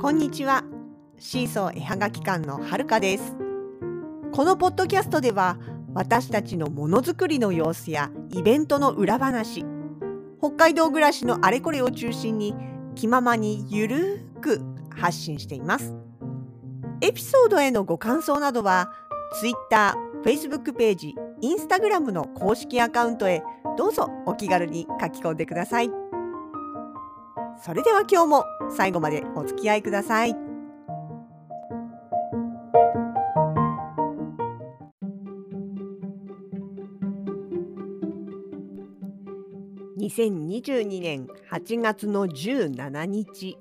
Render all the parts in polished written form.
こんにちは。シーソー絵はがき館のはるかです。このポッドキャストでは、私たちのものづくりの様子やイベントの裏話、北海道暮らしのあれこれを中心に気ままにゆるーく発信しています。エピソードへのご感想などは Twitter、Facebook ページ、Instagram の公式アカウントへどうぞお気軽に書き込んでください。それでは今日も最後までお付き合いください。2022年8月の17日。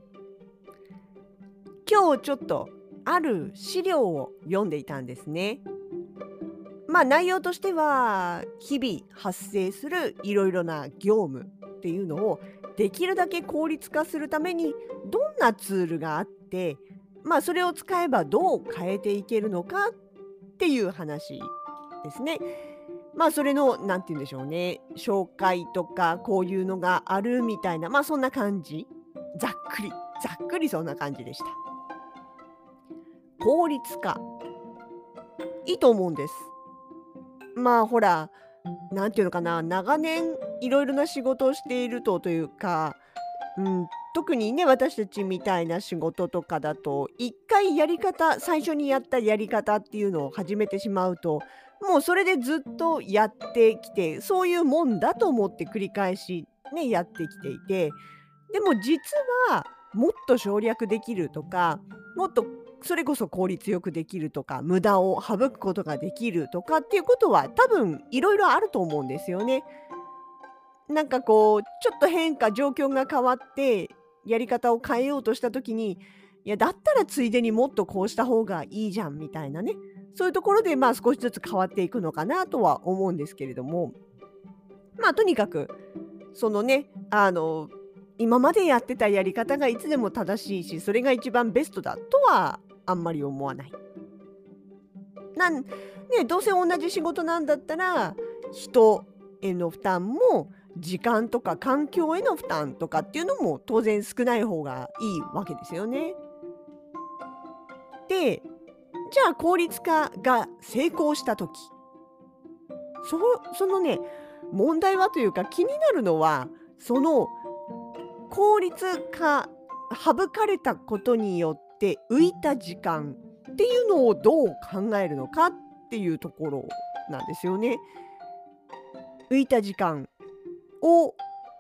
今日ちょっとある資料を読んでいたんですね。内容としては日々発生するいろいろな業務っていうのをできるだけ効率化するためにどんなツールがあって、それを使えばどう変えていけるのかっていう話ですね。それのなんて言うんでしょうね、紹介とかこういうのがあるみたいな、そんな感じ。ざっくりそんな感じでした。効率化。いいと思うんです。ほら、なんていうのかな、長年いろいろな仕事をしているというか、特にね、私たちみたいな仕事とかだと、一回最初にやったやり方っていうのを始めてしまうと、もうそれでずっとやってきて、そういうもんだと思って繰り返しね、やってきていて、でも実はもっと省略できるとか、もっとそれこそ効率よくできるとか、無駄を省くことができるとかっていうことは多分いろいろあると思うんですよね。なんかこう、ちょっと状況が変わって、やり方を変えようとした時に、いや、だったらついでにもっとこうした方がいいじゃんみたいなね。そういうところで、少しずつ変わっていくのかなとは思うんですけれども、とにかく、そのね、今までやってたやり方がいつでも正しいし、それが一番ベストだとはあんまり思わない。どうせ同じ仕事なんだったら、人への負担も時間とか環境への負担とかっていうのも当然少ない方がいいわけですよね。で、じゃあ効率化が成功した時、そのね、問題はというか気になるのは、その効率化、省かれたことによって浮いた時間っていうのをどう考えるのかっていうところなんですよね。浮いた時間を、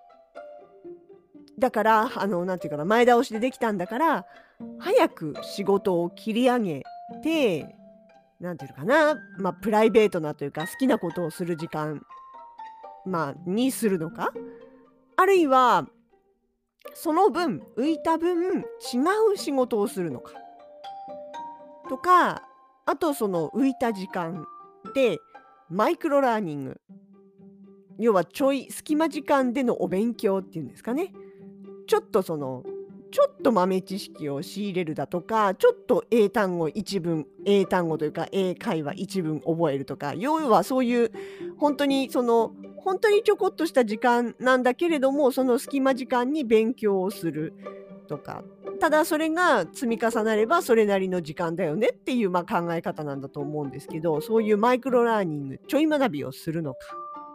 だから、なんていうかな、前倒しでできたんだから、早く仕事を切り上げて、なんていうのかな、プライベートなというか、好きなことをする時間、にするのか、あるいは、その分、浮いた分、違う仕事をするのかとか、あとその浮いた時間で、マイクロラーニング、要は隙間時間でのお勉強っていうんですかね。ちょっと豆知識を仕入れるだとか、ちょっと英単語というか英会話一文覚えるとか、要はそういう本当にちょこっとした時間なんだけれども、その隙間時間に勉強をするとか、ただそれが積み重なればそれなりの時間だよねっていう、考え方なんだと思うんですけど、そういうマイクロラーニング、ちょい学びをするのか。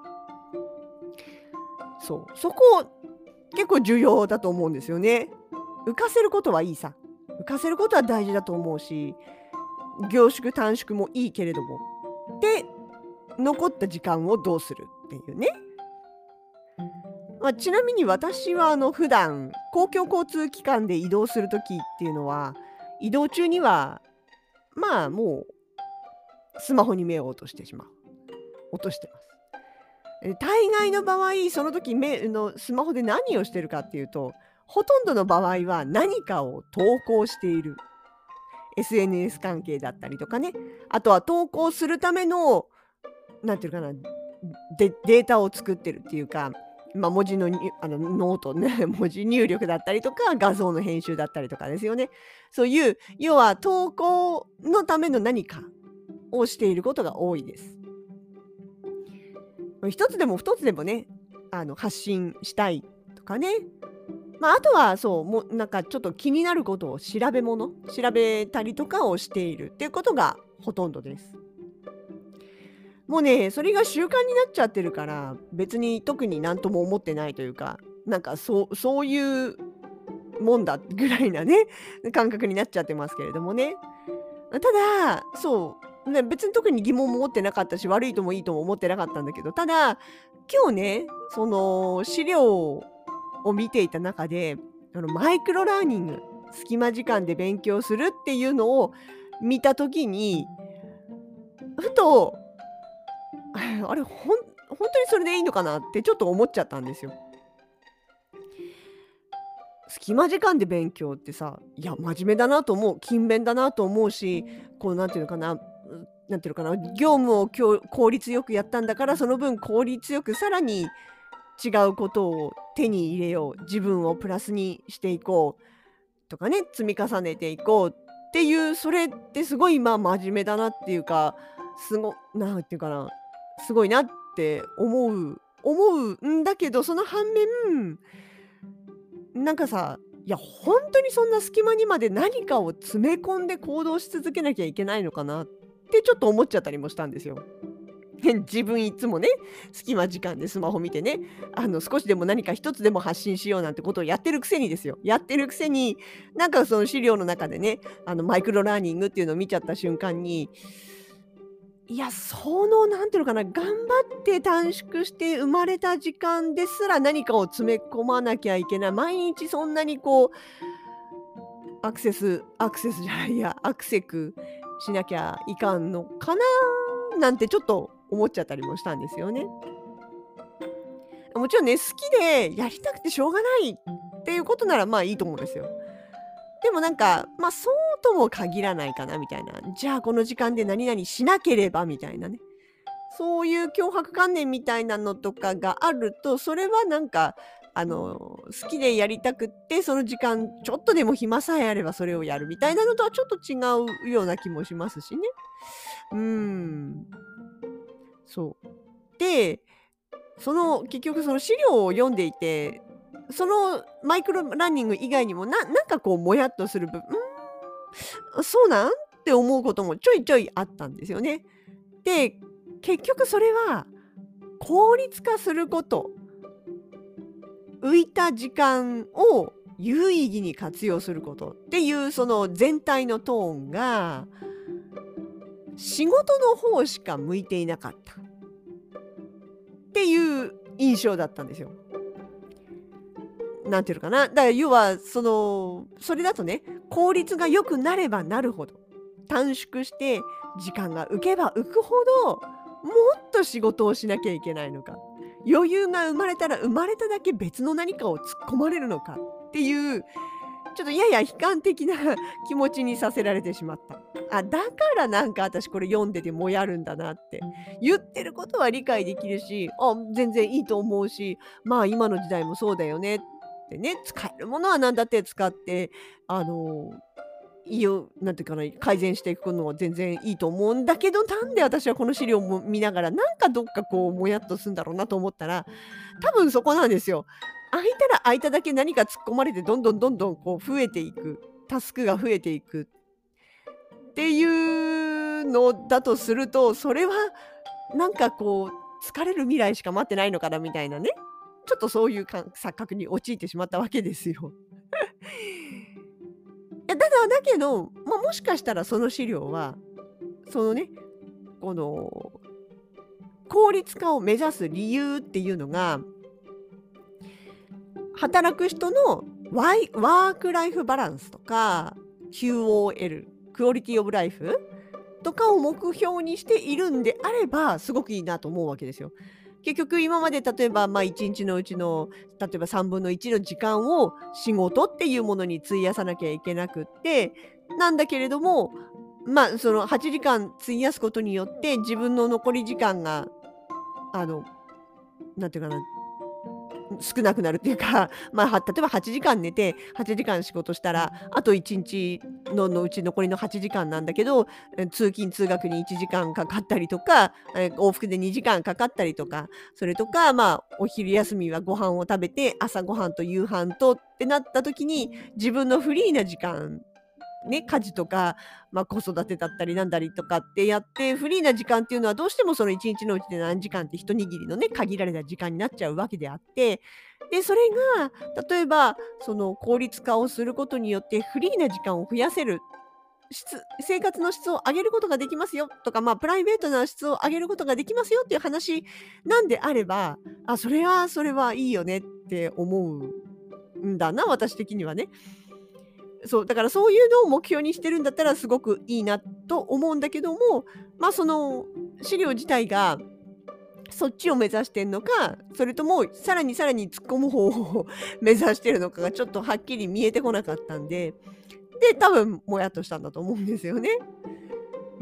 そこ結構重要だと思うんですよね。浮かせることはいいさ。浮かせることは大事だと思うし、凝縮短縮もいいけれども。で、残った時間をどうするっていうね。ちなみに私は普段公共交通機関で移動する時っていうのは、移動中にはもうスマホに目を落としてます。大概の場合、その時スマホで何をしてるかっていうと、ほとんどの場合は何かを投稿している。SNS 関係だったりとかね。あとは投稿するための、なんていうかな、データを作ってるっていうか、文字のノートね、文字入力だったりとか、画像の編集だったりとかですよね。そういう、要は投稿のための何かをしていることが多いです。一つでも二つでもね、発信したいとかね、 あとはそう、もうなんかちょっと気になることを調べたりとかをしているっていうことがほとんどです。もうね、それが習慣になっちゃってるから、別に特になんとも思ってないというか、なんかそういうもんだぐらいなね、感覚になっちゃってますけれどもね。ただ、そう、ね、別に特に疑問も持ってなかったし、悪いともいいとも思ってなかったんだけど、ただ、今日ね、その資料を見ていた中で、マイクロラーニング、隙間時間で勉強するっていうのを見た時に、ふと、あれ、本当にそれでいいのかなってちょっと思っちゃったんですよ。隙間時間で勉強ってさ、いや、真面目だなと思う。勤勉だなと思うし、こうなんていうのかな、なんていうのかな、業務を効率よくやったんだから、その分効率よくさらに違うことを手に入れよう、自分をプラスにしていこうとかね、積み重ねていこうっていう、それってすごい、真面目だなっていうか、なんていうかな、すごいなって思うんだけど、その反面、なんかさ、いや、本当にそんな隙間にまで何かを詰め込んで行動し続けなきゃいけないのかなってちょっと思っちゃったりもしたんですよ。自分いつもね、隙間時間でスマホ見てね、少しでも何か一つでも発信しようなんてことをやってるくせにですよ。やってるくせに、なんかその資料の中でね、マイクロラーニングっていうのを見ちゃった瞬間に、いや、なんていうのかな、頑張って短縮して生まれた時間ですら何かを詰め込まなきゃいけない。毎日そんなにこう、アクセスじゃないや、アクセクしなきゃいかんのかななんてちょっと思っちゃったりもしたんですよね。もちろんね、好きでやりたくてしょうがないっていうことなら、いいと思うんですよ。でもなんか、そうとも限らないかなみたいな。じゃあこの時間で何々しなければみたいなね。そういう強迫観念みたいなのとかがあると、それはなんか、好きでやりたくって、その時間ちょっとでも暇さえあればそれをやるみたいなのとはちょっと違うような気もしますしね。うーん、そう。で、結局その資料を読んでいて、そのマイクロランニング以外にも、なんかこうもやっとするそうなん？って思うこともちょいちょいあったんですよね。で、結局それは効率化すること、浮いた時間を有意義に活用することっていうその全体のトーンが、仕事の方しか向いていなかったっていう印象だったんですよ。なんていうのかな、だから要はそれだとね、効率が良くなればなるほど、短縮して時間が浮けば浮くほど、もっと仕事をしなきゃいけないのか、余裕が生まれたら生まれただけ別の何かを突っ込まれるのかっていう、ちょっとやや悲観的な気持ちにさせられてしまった。だからなんか私これ読んでてもやるんだなって。言ってることは理解できるし、全然いいと思うし、今の時代もそうだよねってね、使えるものは何だって使って、あの、なんていうかな、改善していくのは全然いいと思うんだけど、なんで私はこの資料も見ながら、なんかどっかこうもやっとすんだろうなと思ったら、多分そこなんですよ。空いたら空いただけ何か突っ込まれてどんどんどんどんこう増えていく、タスクが増えていくっていうのだとすると、それはなんかこう疲れる未来しか待ってないのかなみたいなね、ちょっとそういう錯覚に陥ってしまったわけですよ。だけど、もしかしたらその資料は、そのね、この効率化を目指す理由っていうのが、働く人のワークライフバランスとか、QOL、クオリティオブライフとかを目標にしているんであれば、すごくいいなと思うわけですよ。結局今まで例えば、1日のうちの、例えば3分の1の時間を仕事っていうものに費やさなきゃいけなくって、なんだけれども、その8時間費やすことによって、自分の残り時間が、あの、なんていうかな、 少なくなるっていうか、例えば8時間寝て、8時間仕事したら、あと1日のうち残りの8時間なんだけど、通勤通学に1時間かかったりとか、往復で2時間かかったりとか、それとか、お昼休みはご飯を食べて、朝ご飯と夕飯とってなった時に、自分のフリーな時間ね、家事とか、子育てだったりなんだりとかってやって、フリーな時間っていうのはどうしてもその1日のうちで何時間って一握りのね、限られた時間になっちゃうわけであって、で、それが例えばその効率化をすることによってフリーな時間を増やせる、生活の質を上げることができますよとか、プライベートな質を上げることができますよっていう話なんであれば、それはいいよねって思うんだな、私的にはね。そう、だからそういうのを目標にしてるんだったらすごくいいなと思うんだけども、その資料自体がそっちを目指してんのか、それともさらに突っ込む方を目指してるのかがちょっとはっきり見えてこなかったんで、で、多分もやっとしたんだと思うんですよね。うん。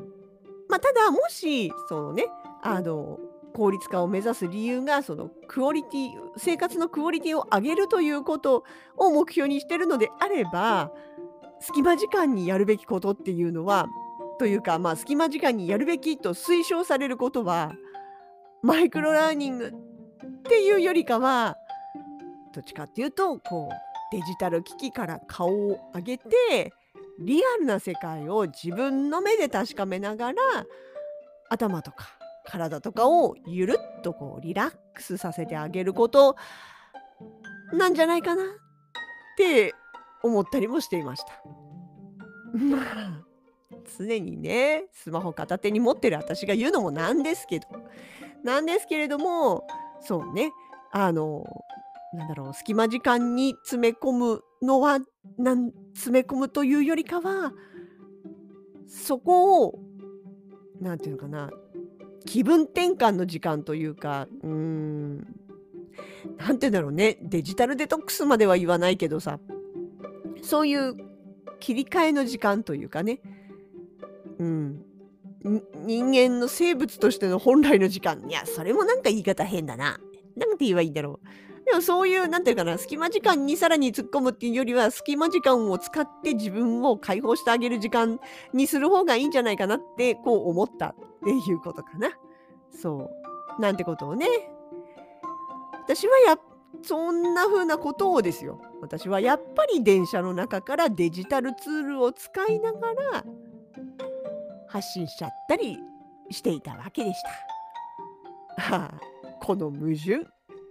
ただ、もし、そのね、効率化を目指す理由が、その生活のクオリティを上げるということを目標にしてるのであれば、隙間時間にやるべきことっていうのは、というか、隙間時間にやるべきと推奨されることは、マイクロラーニングっていうよりかは、どっちかっていうと、デジタル機器から顔を上げて、リアルな世界を自分の目で確かめながら、頭とか体とかをゆるっとリラックスさせてあげることなんじゃないかなって思ったりもしていました。まあ、常にね、スマホ片手に持ってる私が言うのもなんですけれども、そうね、隙間時間に詰め込むのは、詰め込むというよりかは、そこを、なんていうのかな、気分転換の時間というか、なんて言うんだろうね、デジタルデトックスまでは言わないけどさ、そういう切り替えの時間というかね、うん。人間の生物としての本来の時間、いや、それもなんか言い方変だな。なんて言えばいいんだろう。でもそういう、なんていうかな、隙間時間にさらに突っ込むっていうよりは、隙間時間を使って自分を解放してあげる時間にする方がいいんじゃないかなって、思ったっていうことかな。そう。なんてことをね。私はそんな風なことをですよ。私はやっぱり電車の中からデジタルツールを使いながら発信しちゃったりしていたわけでした。はあ、この矛盾。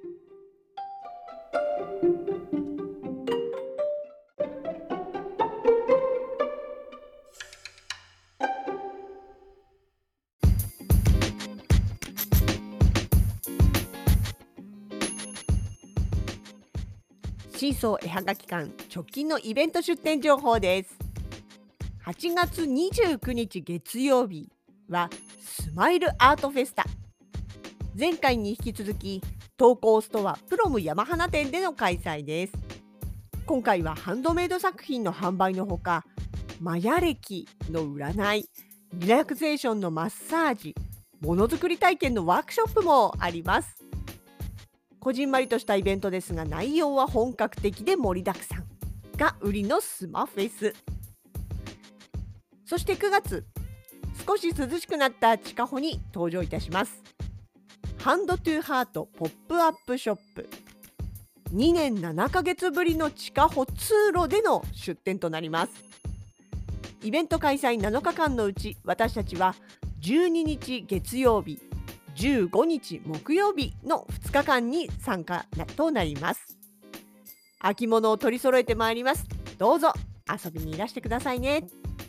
シーソー絵はがき館直近のイベント出店情報です。8月29日月曜日はスマイルアートフェスタ。前回に引き続き東高ストアプロム山花店での開催です。今回はハンドメイド作品の販売のほか、マヤ歴の占い、リラクゼーションのマッサージ、ものづくり体験のワークショップもあります。こじんまりとしたイベントですが、内容は本格的で盛りだくさんが売りのスマフェス。そして9月、少し涼しくなった地下歩に登場いたします。ハンドトゥーハートポップアップショップ。2年7ヶ月ぶりの地下歩通路での出店となります。イベント開催7日間のうち、私たちは12日月曜日、15日木曜日の2日間に参加となります。秋物を取り揃えてまいります。どうぞ遊びにいらしてくださいね。